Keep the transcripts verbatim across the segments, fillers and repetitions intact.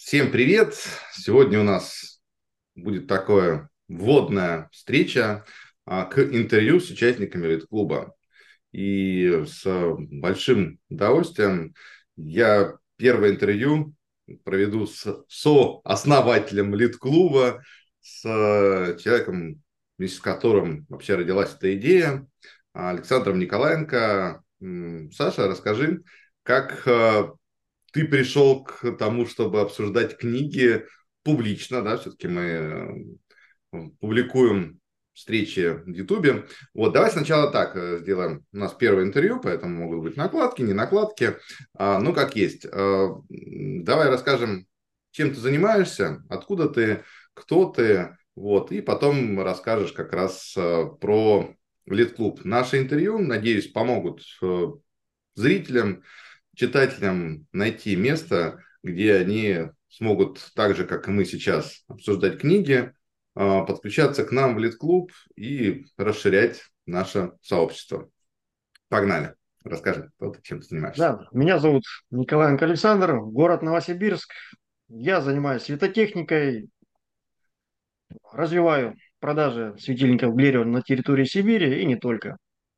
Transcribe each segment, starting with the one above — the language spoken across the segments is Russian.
Всем привет! Сегодня у нас будет такая вводная встреча а, к интервью с участниками Лид-клуба. И с большим удовольствием я первое интервью проведу с сооснователем Лид-клуба, с человеком, вместе с которым вообще родилась эта идея, Александром Николаенко. М, Саша, расскажи, как э, ты пришел к тому, чтобы обсуждать книги публично, да, все-таки мы э, публикуем встречи в Ютубе. Вот, давай сначала так э, сделаем. У нас первое интервью, поэтому могут быть накладки, не накладки. А, ну, как есть. А, давай расскажем, чем ты занимаешься, откуда ты, кто ты, вот, и потом расскажешь как раз э, про Лид-клуб. Наши интервью, надеюсь, помогут э, зрителям, читателям найти место, где они смогут так же, как и мы сейчас, обсуждать книги, а, подключаться к нам в Лид-клуб и расширять наше сообщество. Погнали. Расскажи, кто ты, чем ты занимаешься. Да, меня зовут Николаенко Александр, город Новосибирск. Я занимаюсь светотехникой, развиваю продажи светильников Глерио на территории Сибири и не только.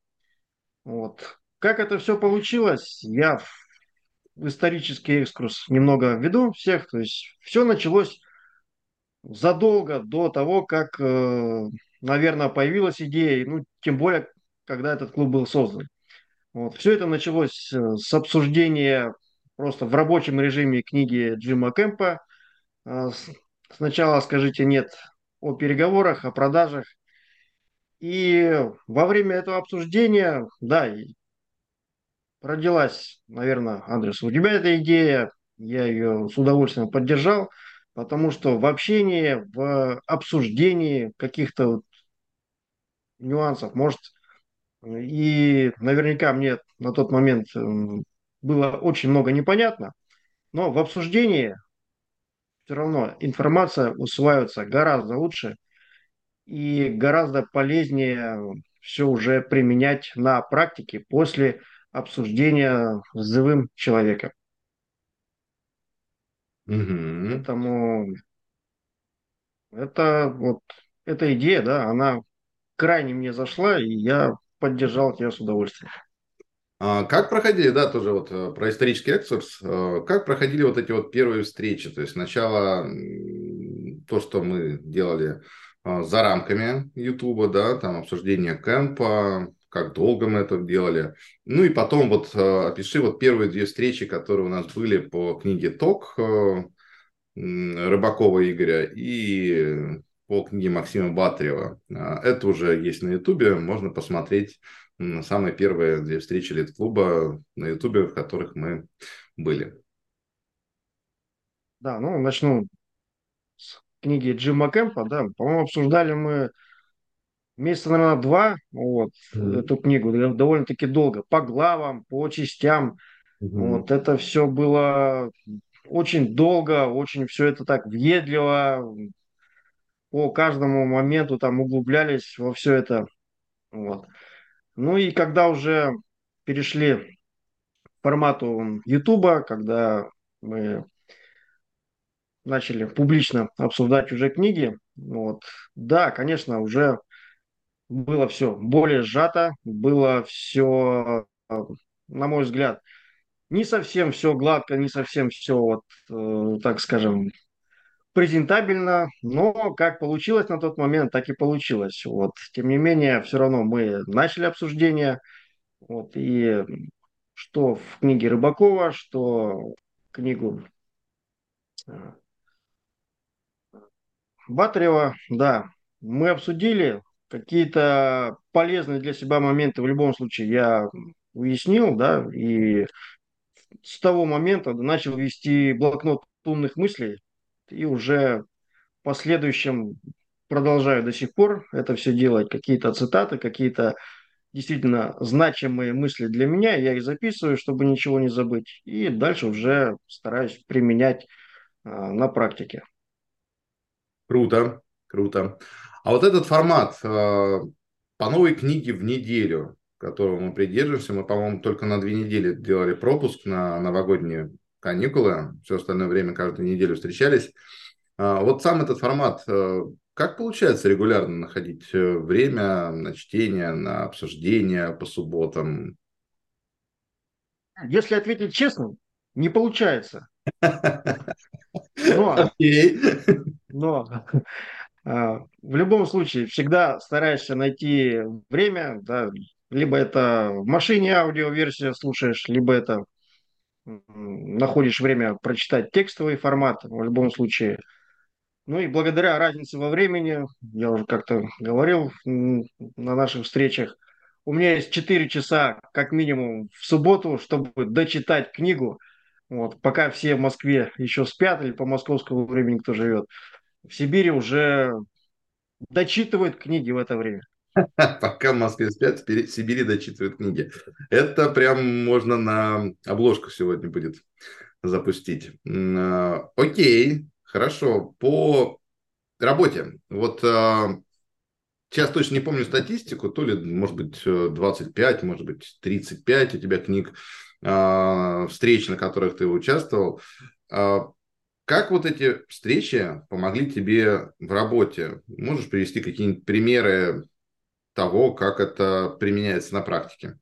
Вот. Как это все получилось, я в исторический экскурс немного веду всех. То есть все началось задолго до того, как, э, наверное, появилась идея, ну, тем более, когда этот клуб был создан. Вот. Все это началось э, с обсуждения просто в рабочем режиме книги Джима Кэмпа. А, с- Сначала скажите нет о переговорах, о продажах. И во время этого обсуждения, да, и родилась, наверное, Андрес, у тебя эта идея, я ее с удовольствием поддержал, потому что в общении, в обсуждении каких-то вот нюансов, может, и наверняка мне на тот момент м, было очень много непонятно, но в обсуждении все равно информация усваивается гораздо лучше, и гораздо полезнее все уже применять на практике после обсуждения с живым человеком. Мгм. Поэтому это вот эта идея, да, она крайне мне зашла, и я поддержал ее с удовольствием. А как проходили, да, тоже вот э, про исторический экскурс, э, как проходили вот эти вот первые встречи? То есть сначала м, то, что мы делали э, за рамками Ютуба, да, там обсуждение кемпа, как долго мы это делали. Ну и потом вот э, опиши вот первые две встречи, которые у нас были по книге «Ток» э, м, Рыбакова Игоря и по книге Максима Батарева. А, Это уже есть на Ютубе, можно посмотреть м, самые первые две встречи Лид-клуба на Ютубе, в которых мы были. Да, ну начну с книги Джима Кэмпа, да, по-моему, обсуждали мы месяца, наверное, два, вот, Мгм. эту книгу да, довольно-таки долго, по главам, по частям. Мгм. Вот это все было очень долго, очень все это так въедливо, по каждому моменту там углублялись во все это. Вот. Ну и когда уже перешли к формату Ютуба, когда мы начали публично обсуждать уже книги, вот, да, конечно, уже было все более сжато, было все, на мой взгляд, не совсем все гладко, не совсем все, вот, э, так скажем, презентабельно, но как получилось на тот момент, так и получилось. Вот. Тем не менее, все равно мы начали обсуждение, вот, и что в книге Рыбакова, что книгу э, Батарева, да, мы обсудили какие-то полезные для себя моменты в любом случае я уяснил, да, и с того момента начал вести блокнот умных мыслей и уже в последующем продолжаю до сих пор это все делать, какие-то цитаты, какие-то действительно значимые мысли для меня, я их записываю, чтобы ничего не забыть, и дальше уже стараюсь применять а, на практике. Круто, круто. А вот этот формат э, по новой книге в неделю, которого мы придерживаемся, мы, по-моему, только на две недели делали пропуск на новогодние каникулы, все остальное время каждую неделю встречались. А, вот сам этот формат, э, как получается регулярно находить э, время на чтение, на обсуждение по субботам? Если ответить честно, не получается. Но, Окей. но а, в любом случае всегда стараешься найти время, да, либо это в машине аудиоверсия слушаешь, либо это м, находишь время прочитать текстовый формат, в любом случае. Ну и благодаря разнице во времени, я уже как-то говорил м, на наших встречах, у меня есть четыре часа как минимум в субботу, чтобы дочитать книгу. Вот, пока все в Москве еще спят или по московскому времени кто живет. В Сибири уже дочитывают книги в это время. Пока в Москве спят, в Сибири дочитывают книги. Это прям можно на обложку сегодня будет запустить. М, а, Окей, хорошо. По работе. Вот а, сейчас точно не помню статистику, то ли, может быть, э, двадцать пять, может быть, тридцать пять у тебя книг, а, встреч, на которых ты участвовал. А, Как вот эти встречи помогли тебе в работе? Можешь привести какие-нибудь примеры того, как это применяется на практике?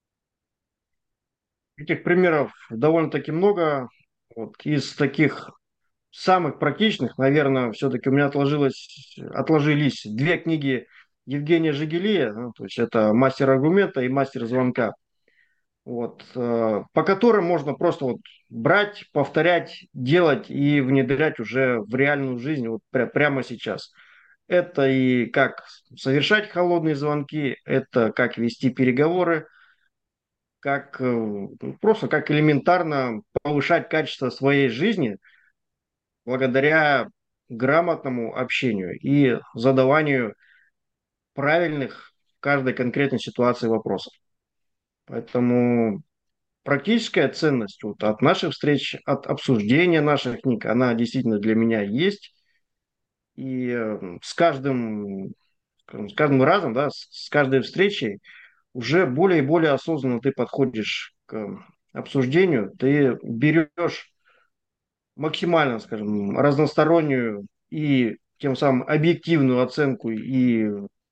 Этих примеров довольно-таки много. Вот из таких самых практичных, наверное, все-таки у меня отложилось, отложились две книги Евгения Жигелия, ну, то есть это «Мастер аргумента» и «Мастер звонка», вот, э, по которым можно просто вот брать, повторять, делать и внедрять уже в реальную жизнь вот пря- прямо сейчас. Это и как совершать холодные звонки, это как вести переговоры, как э, ну, просто как элементарно повышать качество своей жизни благодаря грамотному общению и задаванию правильных в каждой конкретной ситуации вопросов. Поэтому практическая ценность вот от наших встреч, от обсуждения наших книг, она действительно для меня есть. И э, с каждым, скажем, с каждым разом, да, с, с каждой встречей уже более и более осознанно ты подходишь к обсуждению, ты берешь максимально, скажем, разностороннюю и тем самым объективную оценку, и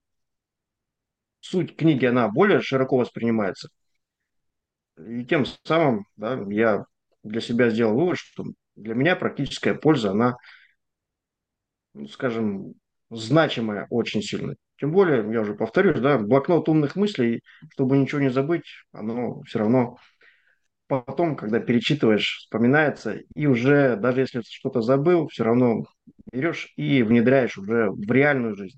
суть книги, она более широко воспринимается. И тем самым, да, я для себя сделал вывод, что для меня практическая польза, она, ну, скажем, значимая очень сильно. Тем более, я уже повторюсь, да, блокнот умных мыслей, чтобы ничего не забыть, оно все равно потом, когда перечитываешь, вспоминается, и уже, даже если что-то забыл, все равно берешь и внедряешь уже в реальную жизнь.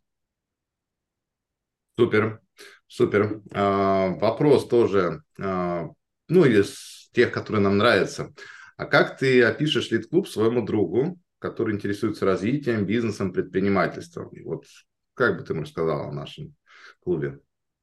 Супер, супер. А, вопрос тоже, а, ну, из тех, которые нам нравятся. А как ты опишешь Лид-клуб своему другу, который интересуется развитием, бизнесом, предпринимательством? Вот как бы ты ему сказал о нашем клубе?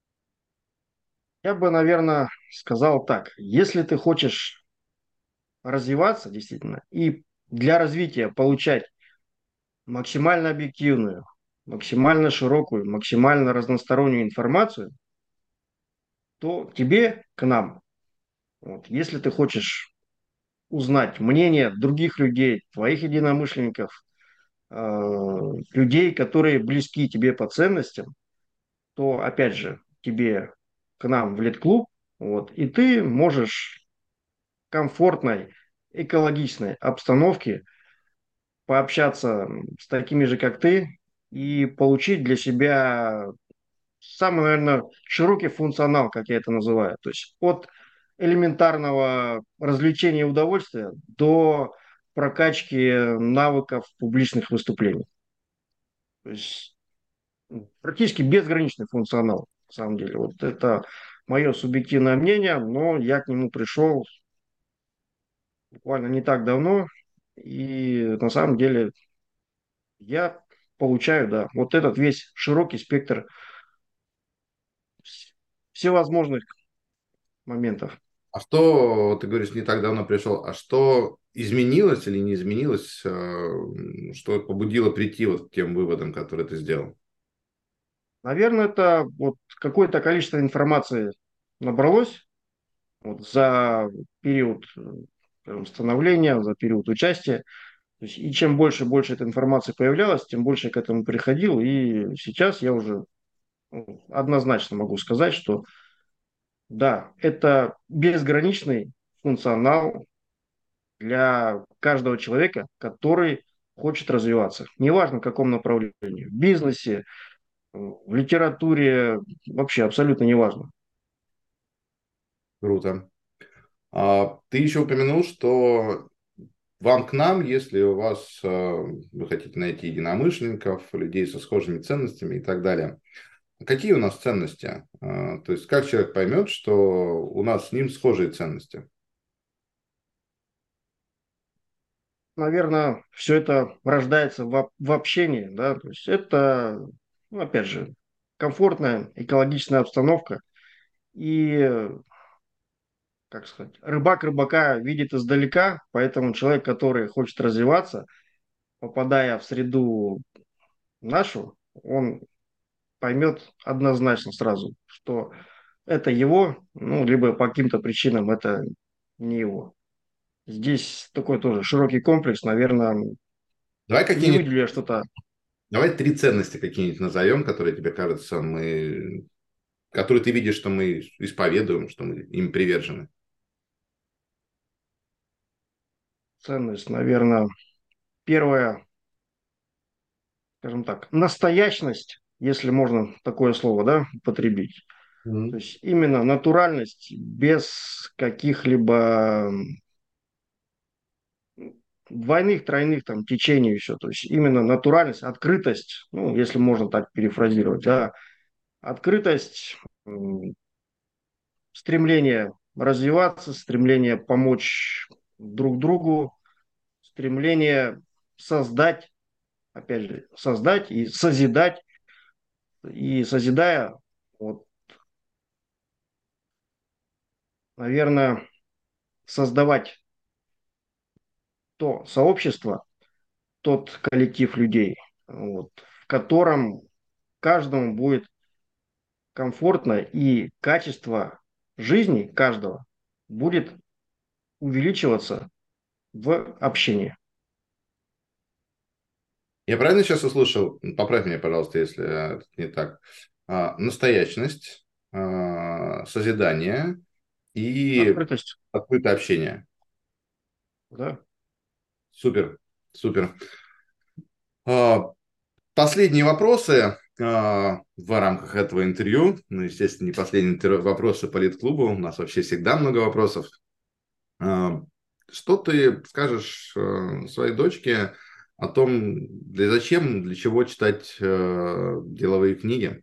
Я бы, наверное, сказал так. Если ты хочешь развиваться действительно и для развития получать максимально объективную, максимально широкую, максимально разностороннюю информацию, то тебе к нам. Вот, если ты хочешь узнать мнение других людей, твоих единомышленников, э, людей, которые близки тебе по ценностям, то, опять же, тебе к нам в лид-клуб, вот, и ты можешь в комфортной, экологичной обстановке пообщаться с такими же, как ты, и получить для себя самый, наверное, широкий функционал, как я это называю. То есть от элементарного развлечения и удовольствия до прокачки навыков публичных выступлений. То есть м, практически безграничный функционал, на самом деле. Вот это мое субъективное мнение, но я к нему пришел буквально не так давно, и на самом деле я получаю, да, вот этот весь широкий спектр вс- всевозможных моментов. А что, ты говоришь, не так давно пришел, а что изменилось или не изменилось, э, что побудило прийти вот к тем выводам, которые ты сделал? Наверное, это вот какое-то количество информации набралось вот за период, э, скажем, становления, за период участия. То есть, и чем больше и больше этой информации появлялось, тем больше я к этому приходил. И сейчас я уже ну, однозначно могу сказать, что да, это безграничный функционал для каждого человека, который хочет развиваться. Неважно, в каком направлении, в бизнесе, в литературе, вообще абсолютно неважно. Круто. А, ты еще упомянул, что вам к нам, если у вас э, вы хотите найти единомышленников, людей со схожими ценностями и так далее. Какие у нас ценности? А, то есть как человек поймет, что у нас с ним схожие ценности? Наверное, все это рождается в, об- в общении, да, то есть это, ну, опять же, комфортная, экологичная обстановка, и, как сказать, рыбак рыбака видит издалека, поэтому человек, который хочет развиваться, попадая в среду нашу, он поймет однозначно сразу, что это его, ну, либо по каким-то причинам это не его. Здесь такой тоже широкий комплекс, наверное, Давай не какие-нибудь, выделю я что-то. давай три ценности какие-нибудь назовем, которые тебе кажется, мы, которые ты видишь, что мы исповедуем, что мы им привержены. Ценность, наверное, первая, скажем так, настоящность, если можно такое слово, да, употребить. То Мгм. есть именно натуральность без каких-либо двойных, тройных там течений еще. То есть именно натуральность, открытость, ну, если можно так перефразировать, да, открытость, м, стремление развиваться, стремление помочь друг другу, стремление создать, опять же, создать и созидать, и созидая, вот, наверное, создавать то сообщество, тот коллектив людей, вот, в котором каждому будет комфортно и качество жизни каждого будет увеличиваться в общении. Я правильно сейчас услышал? Поправь меня, пожалуйста, если это не так. А, настоящность, а, созидание и Открытость, открытое общение. да. Супер, супер. А, последние вопросы а, в рамках этого интервью. Ну, естественно, не последние интервью- вопросы по Литклубу. У нас вообще всегда много вопросов. А, что ты скажешь э, своей дочке о том, для зачем, для чего читать э, деловые книги?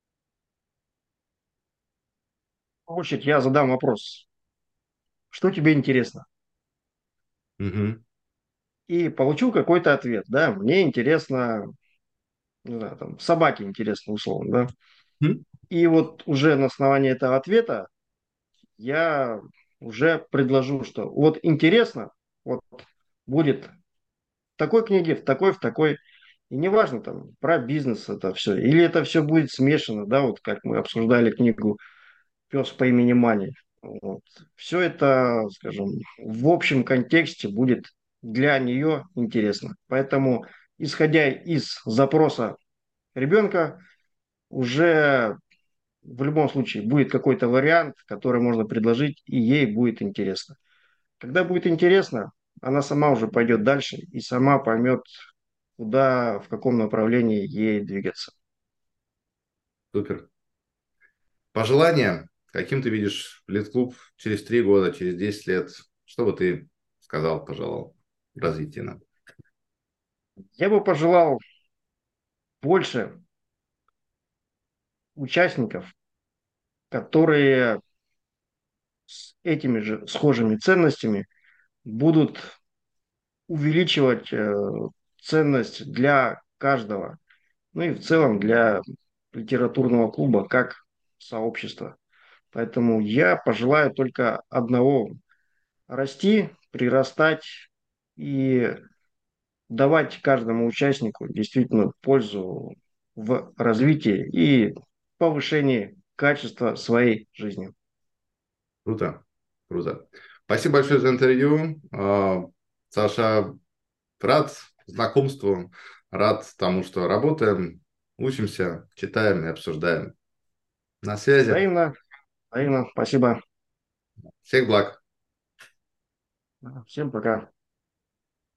В очередь я задам вопрос. Что тебе интересно? Мгм. И получу какой-то ответ, да, мне интересно, не знаю, там, собаки интересно, условно, да. Мгм. И вот уже на основании этого ответа я уже предложу, что вот интересно, вот будет в такой книге, в такой, в такой. И неважно там про бизнес это все. Или это все будет смешано, да, вот как мы обсуждали книгу «Пес по имени Мани». Вот. Все это, скажем, в общем контексте будет для нее интересно. Поэтому, исходя из запроса ребенка, уже в любом случае будет какой-то вариант, который можно предложить, и ей будет интересно. Когда будет интересно, она сама уже пойдет дальше и сама поймет, куда, в каком направлении ей двигаться. Супер. Пожелания, каким ты видишь Литклуб через три года, через десять лет? Что бы ты сказал, пожелал в развитии нам? Я бы пожелал больше участников, которые с этими же схожими ценностями будут увеличивать э, ценность для каждого, ну и в целом для литературного клуба как сообщества. Поэтому я пожелаю только одного — расти, прирастать и давать каждому участнику действительно пользу в развитии и повышении качества своей жизни. Круто, круто. Спасибо большое за интервью. А, Саша, рад знакомству, рад тому, что работаем, учимся, читаем и обсуждаем. На связи. Взаимно, взаимно. Спасибо. Всех благ. Всем пока.